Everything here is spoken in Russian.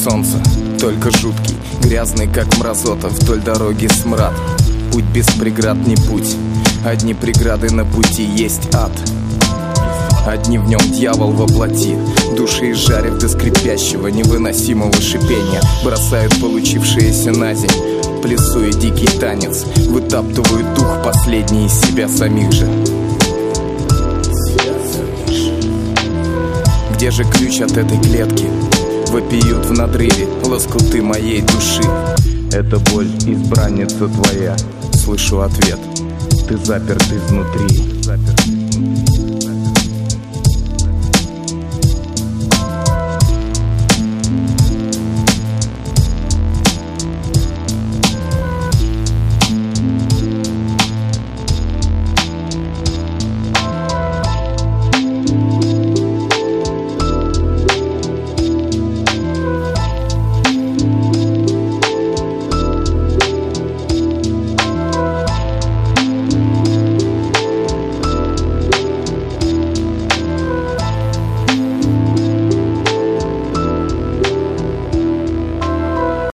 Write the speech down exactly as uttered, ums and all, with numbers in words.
солнца, только жуткий, грязный, как мразота. Вдоль дороги смрад, путь без преград не путь. Одни преграды на пути есть ад. Одни в нем дьявол воплоти. Души изжарив до скрипящего невыносимого шипения, бросают получившееся на земь, плясуя дикий танец, вытаптывают дух последний из себя самих же. Где же ключ от этой клетки? Вопиют в надрыве лоскуты моей души. Это боль, избранница твоя. Слышу ответ: ты заперт изнутри.